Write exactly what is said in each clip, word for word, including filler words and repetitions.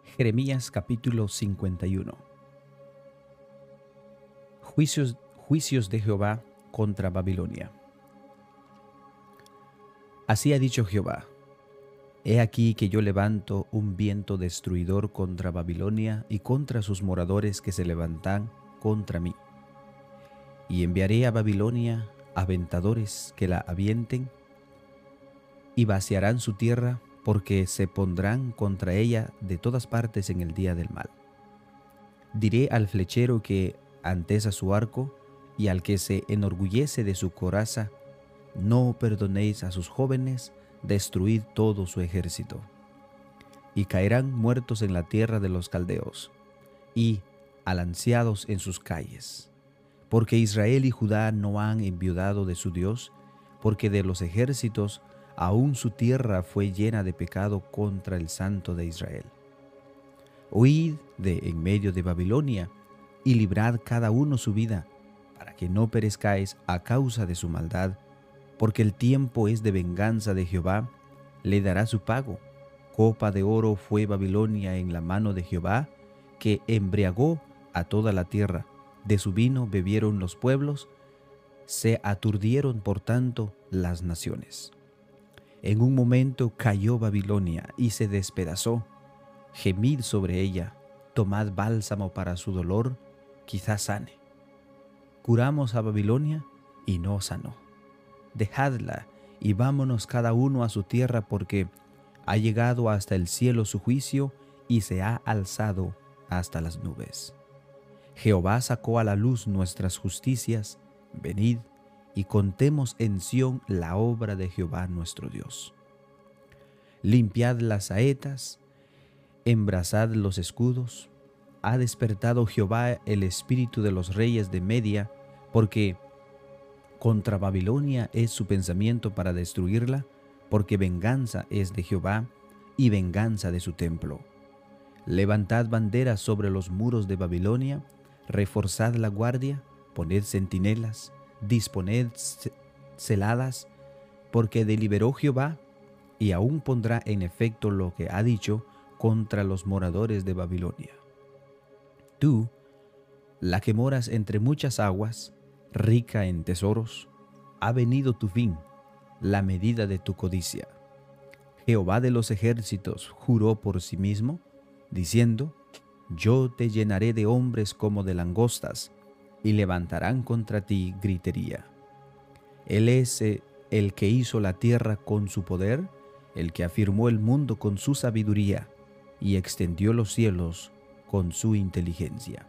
Jeremías capítulo cincuenta y uno. Juicios, juicios de Jehová contra Babilonia. Así ha dicho Jehová: He aquí que yo levanto un viento destruidor contra Babilonia y contra sus moradores que se levantan contra mí. Y enviaré a Babilonia aventadores que la avienten y vaciarán su tierra, porque se pondrán contra ella de todas partes en el día del mal. Diré al flechero que antesa su arco y al que se enorgullece de su coraza: no perdonéis a sus jóvenes, destruid todo su ejército. Y caerán muertos en la tierra de los caldeos, y alanceados en sus calles. Porque Israel y Judá no han enviudado de su Dios, porque de los ejércitos aún su tierra fue llena de pecado contra el Santo de Israel. Huid de en medio de Babilonia, y librad cada uno su vida, para que no perezcáis a causa de su maldad, porque el tiempo es de venganza de Jehová, le dará su pago. Copa de oro fue Babilonia en la mano de Jehová, que embriagó a toda la tierra. De su vino bebieron los pueblos, se aturdieron por tanto las naciones. En un momento cayó Babilonia y se despedazó. Gemid sobre ella, tomad bálsamo para su dolor, quizás sane. Curamos a Babilonia y no sanó. Dejadla y vámonos cada uno a su tierra, porque ha llegado hasta el cielo su juicio y se ha alzado hasta las nubes. Jehová sacó a la luz nuestras justicias. Venid y contemos en Sión la obra de Jehová nuestro Dios. Limpiad las saetas, embrazad los escudos. Ha despertado Jehová el espíritu de los reyes de Media, porque contra Babilonia es su pensamiento para destruirla, porque venganza es de Jehová y venganza de su templo. Levantad banderas sobre los muros de Babilonia, reforzad la guardia, poned centinelas, disponed celadas, porque deliberó Jehová y aún pondrá en efecto lo que ha dicho contra los moradores de Babilonia. Tú, la que moras entre muchas aguas, rica en tesoros, ha venido tu fin, la medida de tu codicia. Jehová de los ejércitos juró por sí mismo, diciendo: Yo te llenaré de hombres como de langostas, y levantarán contra ti gritería. Él es el que hizo la tierra con su poder, el que afirmó el mundo con su sabiduría, y extendió los cielos con su inteligencia.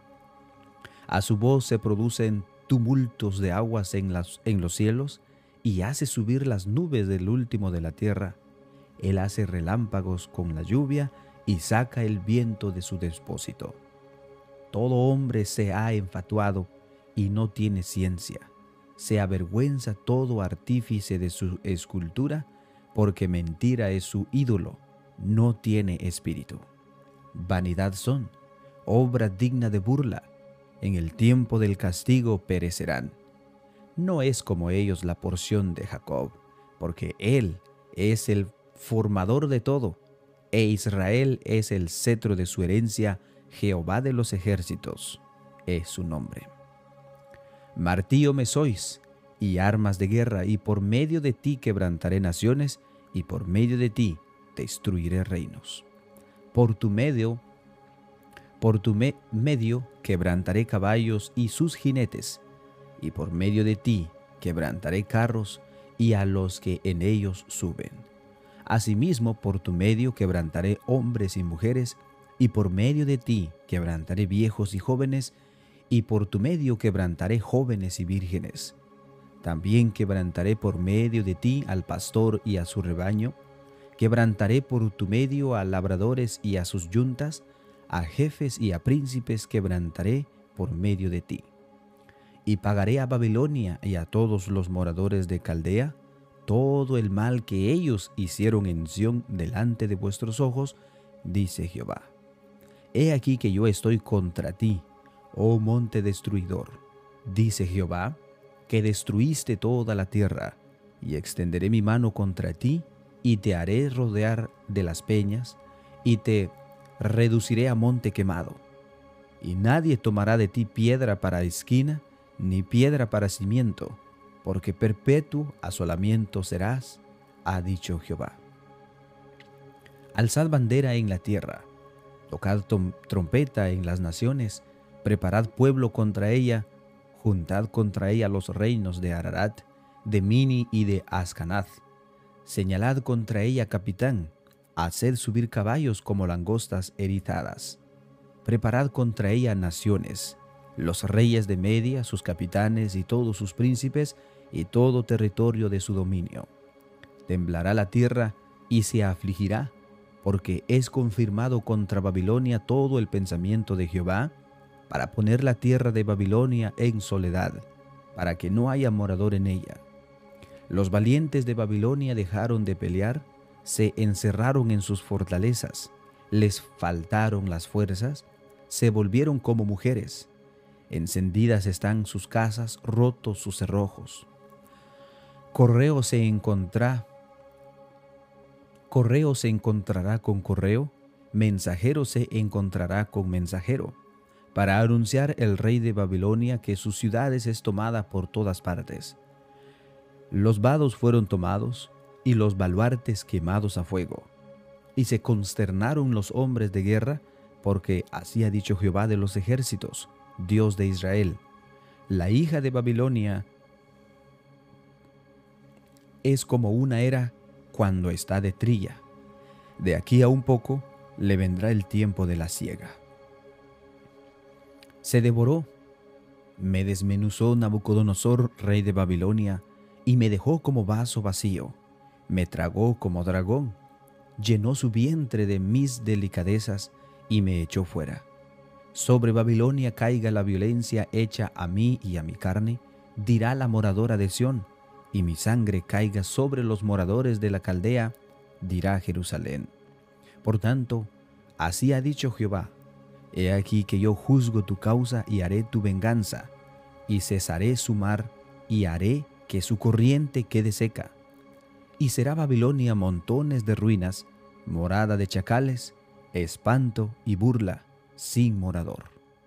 A su voz se producen tumultos de aguas en, las, en los cielos, y hace subir las nubes del último de la tierra. Él hace relámpagos con la lluvia, y saca el viento de su depósito. Todo hombre se ha enfatuado y no tiene ciencia. Se avergüenza todo artífice de su escultura, porque mentira es su ídolo, no tiene espíritu. Vanidad son, obra digna de burla. En el tiempo del castigo perecerán. No es como ellos la porción de Jacob, porque él es el formador de todo, e Israel es el cetro de su herencia. Jehová de los ejércitos es su nombre. Martillo me sois, y armas de guerra, y por medio de ti quebrantaré naciones, y por medio de ti destruiré reinos. Por tu medio, por tu me medio quebrantaré caballos y sus jinetes, y por medio de ti quebrantaré carros y a los que en ellos suben. Asimismo, por tu medio quebrantaré hombres y mujeres, y por medio de ti quebrantaré viejos y jóvenes, y por tu medio quebrantaré jóvenes y vírgenes. También quebrantaré por medio de ti al pastor y a su rebaño. Quebrantaré por tu medio a labradores y a sus yuntas, a jefes y a príncipes quebrantaré por medio de ti. Y pagaré a Babilonia y a todos los moradores de Caldea todo el mal que ellos hicieron en Sión delante de vuestros ojos, dice Jehová. He aquí que yo estoy contra ti, oh monte destruidor, dice Jehová, que destruiste toda la tierra, y extenderé mi mano contra ti, y te haré rodear de las peñas, y te reduciré a monte quemado, y nadie tomará de ti piedra para esquina, ni piedra para cimiento, porque perpetuo asolamiento serás, ha dicho Jehová. Alzad bandera en la tierra, tocad trompeta en las naciones, preparad pueblo contra ella, juntad contra ella los reinos de Ararat, de Mini y de Ascanath. Señalad contra ella capitán, haced subir caballos como langostas erizadas. Preparad contra ella naciones, los reyes de Media, sus capitanes y todos sus príncipes, y todo territorio de su dominio. Temblará la tierra y se afligirá, porque es confirmado contra Babilonia todo el pensamiento de Jehová, para poner la tierra de Babilonia en soledad, para que no haya morador en ella. Los valientes de Babilonia dejaron de pelear, se encerraron en sus fortalezas, les faltaron las fuerzas, se volvieron como mujeres. Encendidas están sus casas, rotos sus cerrojos. Correo se encontrará, correo se encontrará con correo, mensajero se encontrará con mensajero, para anunciar el rey de Babilonia que sus ciudades es tomada por todas partes. Los vados fueron tomados y los baluartes quemados a fuego, y se consternaron los hombres de guerra, porque así ha dicho Jehová de los ejércitos, Dios de Israel: la hija de Babilonia es como una era cuando está de trilla. De aquí a un poco le vendrá el tiempo de la siega. Se devoró, me desmenuzó Nabucodonosor, rey de Babilonia, y me dejó como vaso vacío. Me tragó como dragón, llenó su vientre de mis delicadezas y me echó fuera. Sobre Babilonia caiga la violencia hecha a mí y a mi carne, dirá la moradora de Sión, y mi sangre caiga sobre los moradores de la Caldea, dirá Jerusalén. Por tanto, así ha dicho Jehová: he aquí que yo juzgo tu causa y haré tu venganza, y cesaré su mar, y haré que su corriente quede seca. Y será Babilonia montones de ruinas, morada de chacales, espanto y burla, sin morador.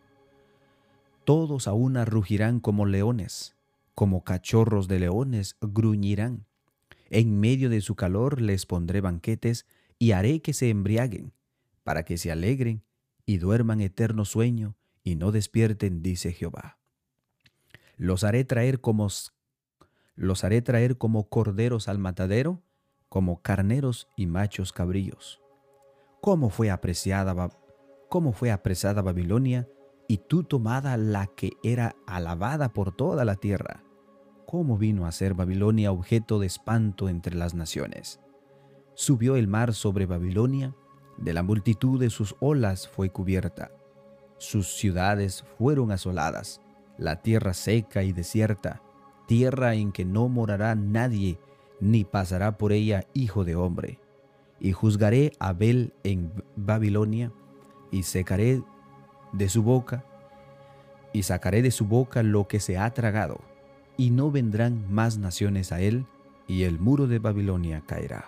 Todos a una rugirán como leones, como cachorros de leones gruñirán. En medio de su calor les pondré banquetes y haré que se embriaguen, para que se alegren y duerman eterno sueño y no despierten, dice Jehová. Los haré traer como, los haré traer como corderos al matadero, como carneros y machos cabríos. ¿Cómo fue apreciada, cómo fue apresada Babilonia, y tú tomada la que era alabada por toda la tierra? ¿Cómo vino a ser Babilonia objeto de espanto entre las naciones? Subió el mar sobre Babilonia, de la multitud de sus olas fue cubierta. Sus ciudades fueron asoladas, la tierra seca y desierta, tierra en que no morará nadie, ni pasará por ella hijo de hombre. Y juzgaré a Abel en Babilonia, y secaré de su boca, y sacaré de su boca lo que se ha tragado, y no vendrán más naciones a él, y el muro de Babilonia caerá.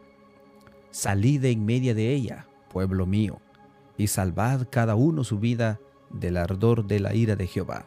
Salid de en medio de ella, pueblo mío, y salvad cada uno su vida del ardor de la ira de Jehová.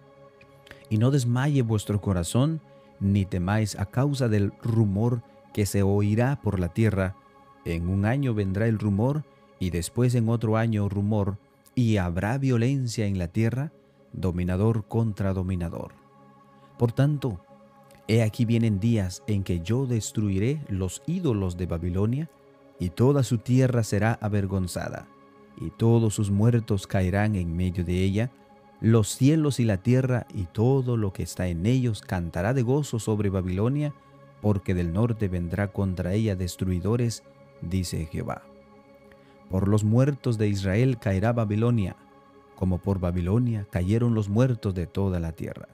Y no desmaye vuestro corazón, ni temáis a causa del rumor que se oirá por la tierra. En un año vendrá el rumor, y después en otro año rumor, y habrá violencia en la tierra, dominador contra dominador. Por tanto, he aquí vienen días en que yo destruiré los ídolos de Babilonia, y toda su tierra será avergonzada, y todos sus muertos caerán en medio de ella. Los cielos y la tierra y todo lo que está en ellos cantará de gozo sobre Babilonia, porque del norte vendrá contra ella destruidores, dice Jehová. Por los muertos de Israel caerá Babilonia, como por Babilonia cayeron los muertos de toda la tierra.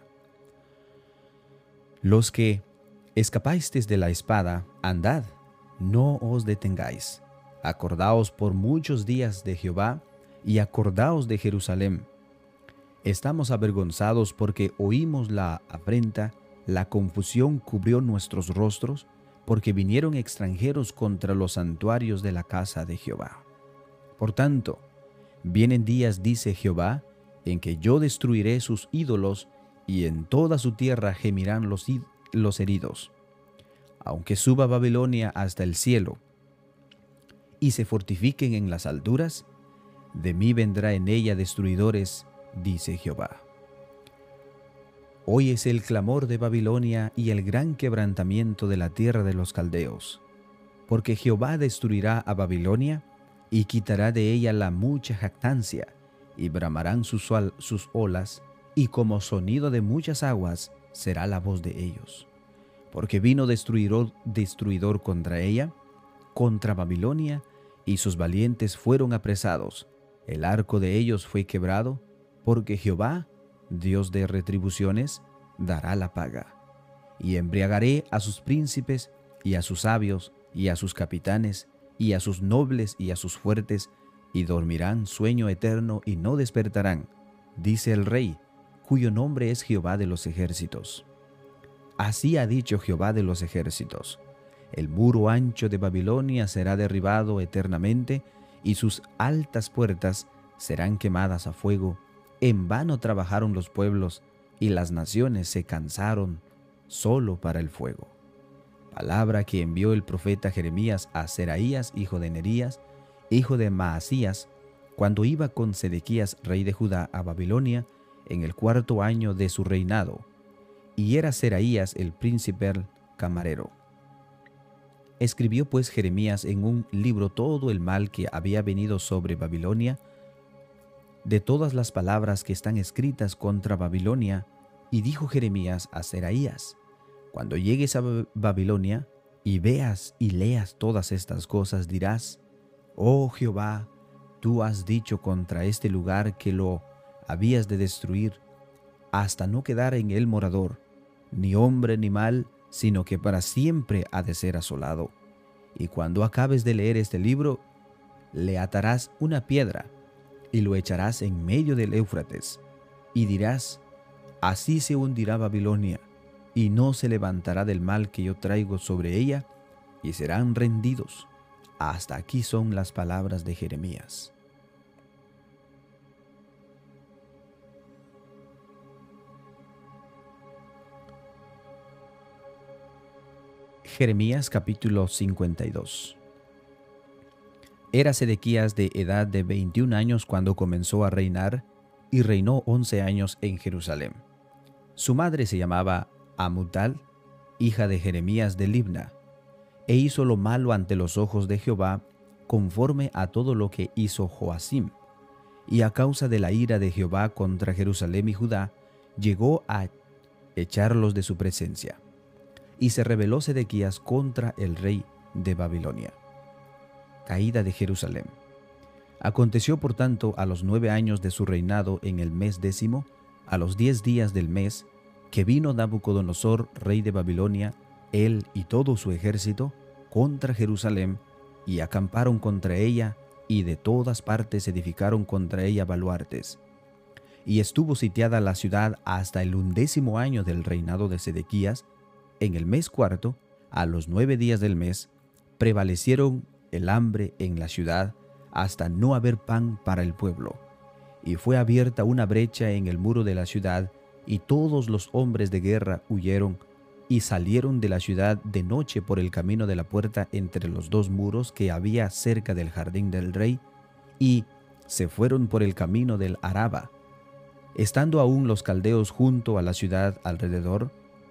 Los que escapasteis de la espada, andad, no os detengáis. Acordaos por muchos días de Jehová, y acordaos de Jerusalén. Estamos avergonzados porque oímos la afrenta, la confusión cubrió nuestros rostros, porque vinieron extranjeros contra los santuarios de la casa de Jehová. Por tanto, vienen días, dice Jehová, en que yo destruiré sus ídolos, y en toda su tierra gemirán los, los heridos. Aunque suba Babilonia hasta el cielo, y se fortifiquen en las alturas, de mí vendrá en ella destruidores, dice Jehová. Hoy es el clamor de Babilonia y el gran quebrantamiento de la tierra de los caldeos, porque Jehová destruirá a Babilonia y quitará de ella la mucha jactancia, y bramarán sus, sus olas, y como sonido de muchas aguas será la voz de ellos. Porque vino destruidor, destruidor contra ella, contra Babilonia, y sus valientes fueron apresados. El arco de ellos fue quebrado, porque Jehová, Dios de retribuciones, dará la paga. Y embriagaré a sus príncipes, y a sus sabios, y a sus capitanes, y a sus nobles, y a sus fuertes, y dormirán sueño eterno, y no despertarán, dice el Rey, cuyo nombre es Jehová de los ejércitos. Así ha dicho Jehová de los ejércitos: el muro ancho de Babilonia será derribado eternamente, y sus altas puertas serán quemadas a fuego. En vano trabajaron los pueblos, y las naciones se cansaron solo para el fuego. Palabra que envió el profeta Jeremías a Seraías, hijo de Nerías, hijo de Maasías, cuando iba con Sedequías, rey de Judá, a Babilonia, en el cuarto año de su reinado. Y era Seraías el príncipe camarero. Escribió pues Jeremías en un libro todo el mal que había venido sobre Babilonia, de todas las palabras que están escritas contra Babilonia, y dijo Jeremías a Seraías: cuando llegues a Babilonia y veas y leas todas estas cosas, dirás: oh Jehová, tú has dicho contra este lugar que lo habías de destruir, hasta no quedar en él morador, ni hombre ni mal, sino que para siempre ha de ser asolado. Y cuando acabes de leer este libro, le atarás una piedra y lo echarás en medio del Éufrates, y dirás: así se hundirá Babilonia, y no se levantará del mal que yo traigo sobre ella, y serán rendidos. Hasta aquí son las palabras de Jeremías. Jeremías capítulo cincuenta y dos. Era Sedequías de edad de veintiún años cuando comenzó a reinar, y reinó once años en Jerusalén. Su madre se llamaba Amutal, hija de Jeremías de Libna, e hizo lo malo ante los ojos de Jehová, conforme a todo lo que hizo Joacim. Y a causa de la ira de Jehová contra Jerusalén y Judá, llegó a echarlos de su presencia. Y se rebeló Sedequías contra el rey de Babilonia. Caída de Jerusalén. Aconteció por tanto a los nueve años de su reinado, en el mes décimo, a los diez días del mes, que vino Nabucodonosor, rey de Babilonia, él y todo su ejército, contra Jerusalén, y acamparon contra ella, y de todas partes edificaron contra ella baluartes. Y estuvo sitiada la ciudad hasta el undécimo año del reinado de Sedequías. En el mes cuarto, a los nueve días del mes, prevalecieron el hambre en la ciudad, hasta no haber pan para el pueblo. Y fue abierta una brecha en el muro de la ciudad, y todos los hombres de guerra huyeron, y salieron de la ciudad de noche por el camino de la puerta entre los dos muros que había cerca del jardín del rey, y se fueron por el camino del Araba. Estando aún los caldeos junto a la ciudad alrededor,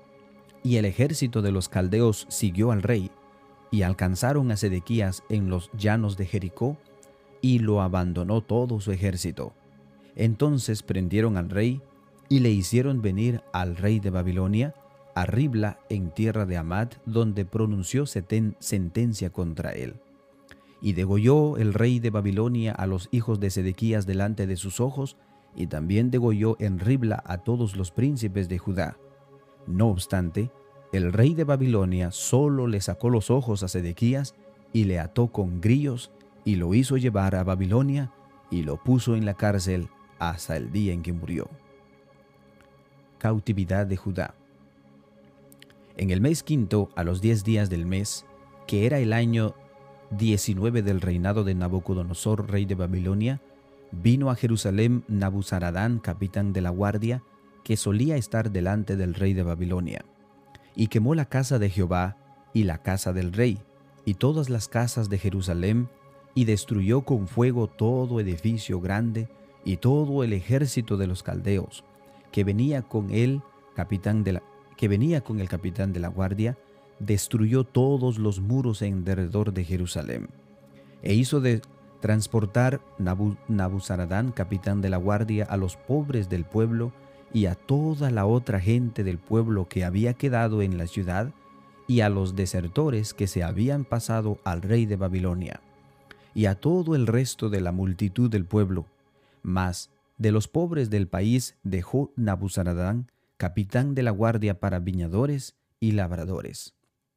y el ejército de los caldeos siguió al rey, y alcanzaron a Sedequías en los llanos de Jericó, y lo abandonó todo su ejército. Entonces prendieron al rey, y le hicieron venir al rey de Babilonia, a Ribla en tierra de Amat, donde pronunció seten, sentencia contra él. Y degolló el rey de Babilonia a los hijos de Sedequías delante de sus ojos, y también degolló en Ribla a todos los príncipes de Judá. No obstante, el rey de Babilonia solo le sacó los ojos a Sedequías, y le ató con grillos, y lo hizo llevar a Babilonia, y lo puso en la cárcel hasta el día en que murió. Cautividad de Judá. En el mes quinto, a los diez días del mes, que era el año diecinueve del reinado de Nabucodonosor, rey de Babilonia, vino a Jerusalén Nabuzaradán, capitán de la guardia, que solía estar delante del rey de Babilonia, y quemó la casa de Jehová y la casa del rey, y todas las casas de Jerusalén, y destruyó con fuego todo edificio grande y todo el ejército de los caldeos, que venía con él, capitán de la, que venía con el capitán de la guardia, destruyó todos los muros en derredor de Jerusalén, e hizo de transportar Nabu, Nabuzaradán, capitán de la guardia, a los pobres del pueblo y a toda la otra gente del pueblo que había quedado en la ciudad, y a los desertores que se habían pasado al rey de Babilonia, y a todo el resto de la multitud del pueblo. Mas de los pobres del país dejó Nabuzaradán, capitán de la guardia, para viñadores y labradores.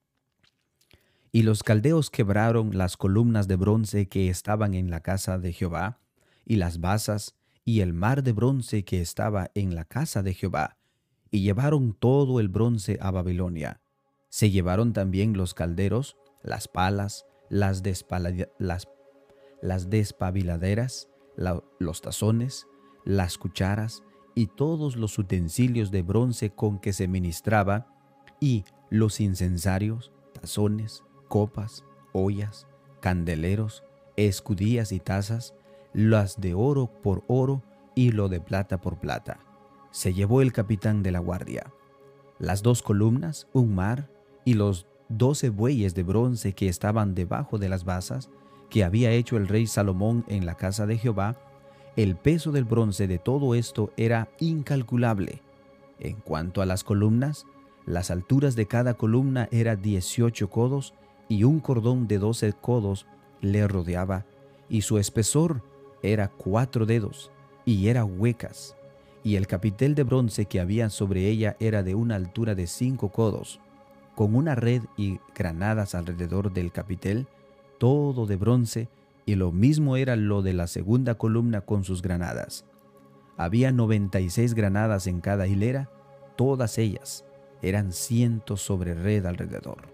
Y los caldeos quebraron las columnas de bronce que estaban en la casa de Jehová, y las basas, y el mar de bronce que estaba en la casa de Jehová, y llevaron todo el bronce a Babilonia. Se llevaron también los calderos, las palas, las, las, las despabiladeras, la, los tazones, las cucharas, y todos los utensilios de bronce con que se ministraba, y los incensarios, tazones, copas, ollas, candeleros, escudillas y tazas, las de oro por oro y lo de plata por plata. Se llevó el capitán de la guardia. Las dos columnas, un mar, y los doce bueyes de bronce que estaban debajo de las basas, que había hecho el rey Salomón en la casa de Jehová, el peso del bronce de todo esto era incalculable. En cuanto a las columnas, las alturas de cada columna era dieciocho codos, y un cordón de doce codos le rodeaba, y su espesor era cuatro dedos, y era huecas, y el capitel de bronce que había sobre ella era de una altura de cinco codos, con una red y granadas alrededor del capitel, todo de bronce, y lo mismo era lo de la segunda columna con sus granadas. Había noventa y seis granadas en cada hilera, todas ellas eran cientos sobre red alrededor.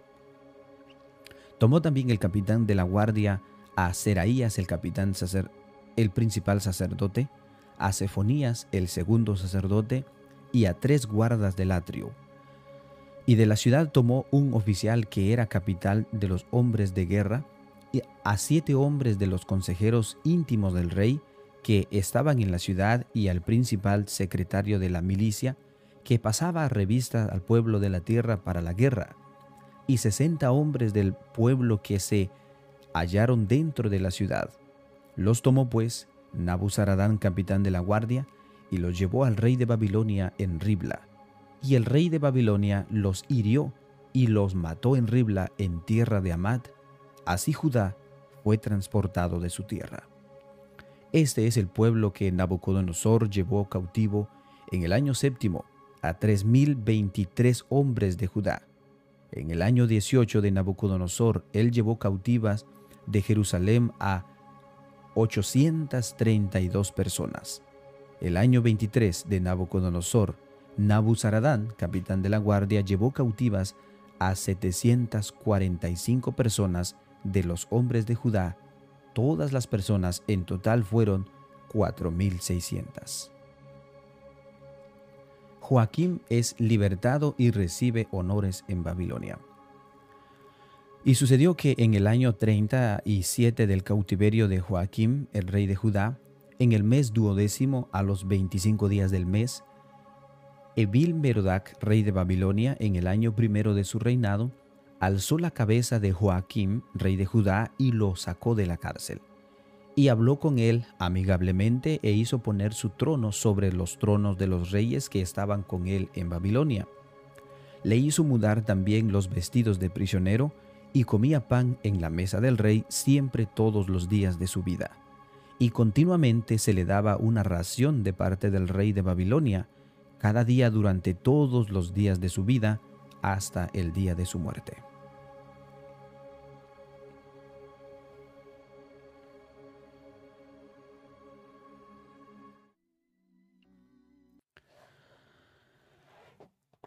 Tomó también el capitán de la guardia a Seraías el capitán sacer, el principal sacerdote, a Sefonías el segundo sacerdote, y a tres guardas del atrio. Y de la ciudad tomó un oficial que era capitán de los hombres de guerra, y a siete hombres de los consejeros íntimos del rey que estaban en la ciudad, y al principal secretario de la milicia, que pasaba revista al pueblo de la tierra para la guerra, y sesenta hombres del pueblo que se hallaron dentro de la ciudad. Los tomó pues Nabuzaradán, capitán de la guardia, y los llevó al rey de Babilonia en Ribla. Y el rey de Babilonia los hirió y los mató en Ribla, en tierra de Amad. Así Judá fue transportado de su tierra. Este es el pueblo que Nabucodonosor llevó cautivo en el año séptimo, a tres mil veintitrés hombres de Judá. En el año dieciocho de Nabucodonosor, él llevó cautivas de Jerusalén a ochocientas treinta y dos personas. El año veintitrés de Nabucodonosor, Nabuzaradán, capitán de la guardia, llevó cautivas a setecientas cuarenta y cinco personas de los hombres de Judá. Todas las personas en total fueron cuatro mil seiscientas. Joaquim es libertado y recibe honores en Babilonia. Y sucedió que en el año treinta y siete del cautiverio de Joaquim, el rey de Judá, en el mes duodécimo, a los veinticinco días del mes, Evil-Merodach, rey de Babilonia, en el año primero de su reinado, alzó la cabeza de Joaquim, rey de Judá, y lo sacó de la cárcel. Y habló con él amigablemente e hizo poner su trono sobre los tronos de los reyes que estaban con él en Babilonia. Le hizo mudar también los vestidos de prisionero y comía pan en la mesa del rey siempre todos los días de su vida. Y continuamente se le daba una ración de parte del rey de Babilonia, cada día durante todos los días de su vida hasta el día de su muerte.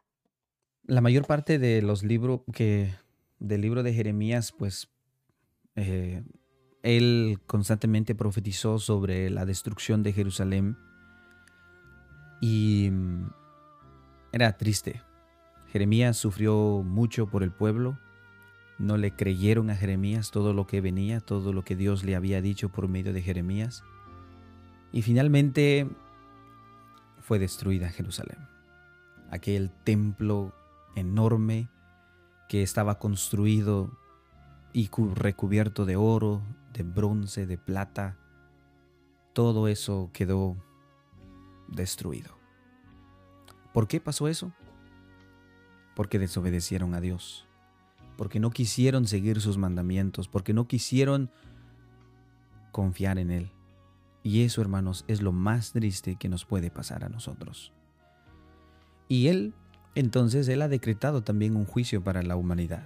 La mayor parte de los libros que del libro de Jeremías pues Eh, él constantemente profetizó sobre la destrucción de Jerusalén y mm, era triste. Jeremías sufrió mucho por el pueblo. No le creyeron a Jeremías todo lo que venía, todo lo que Dios le había dicho por medio de Jeremías. Y finalmente fue destruida Jerusalén. Aquel templo enorme que estaba construido y recubierto de oro, de bronce, de plata, todo eso quedó destruido. ¿Por qué pasó eso? Porque desobedecieron a Dios, porque no quisieron seguir sus mandamientos, porque no quisieron confiar en Él. Y eso, hermanos, es lo más triste que nos puede pasar a nosotros. Y Él, entonces, Él ha decretado también un juicio para la humanidad.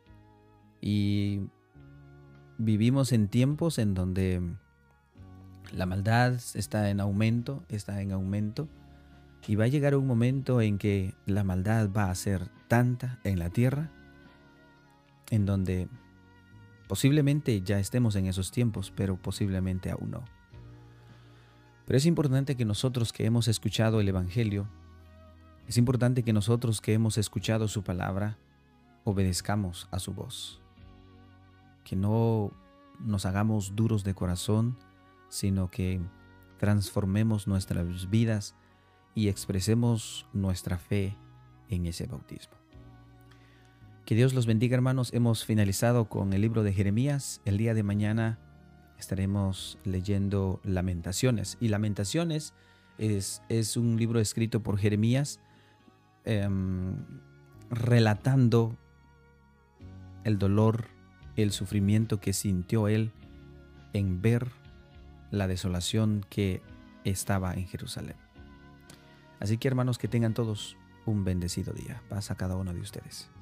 Y vivimos en tiempos en donde la maldad está en aumento, está en aumento, y va a llegar un momento en que la maldad va a ser tanta en la tierra, en donde posiblemente ya estemos en esos tiempos, pero posiblemente aún no. Pero es importante que nosotros que hemos escuchado el Evangelio, es importante que nosotros que hemos escuchado su palabra, obedezcamos a su voz. Que no nos hagamos duros de corazón, sino que transformemos nuestras vidas y expresemos nuestra fe en ese bautismo. Que Dios los bendiga, hermanos. Hemos finalizado con el libro de Jeremías. El día de mañana estaremos leyendo Lamentaciones. Y Lamentaciones es, es un libro escrito por Jeremías eh, relatando el dolor, el sufrimiento que sintió él en ver la desolación que estaba en Jerusalén. Así que, hermanos, que tengan todos un bendecido día. Paz a cada uno de ustedes.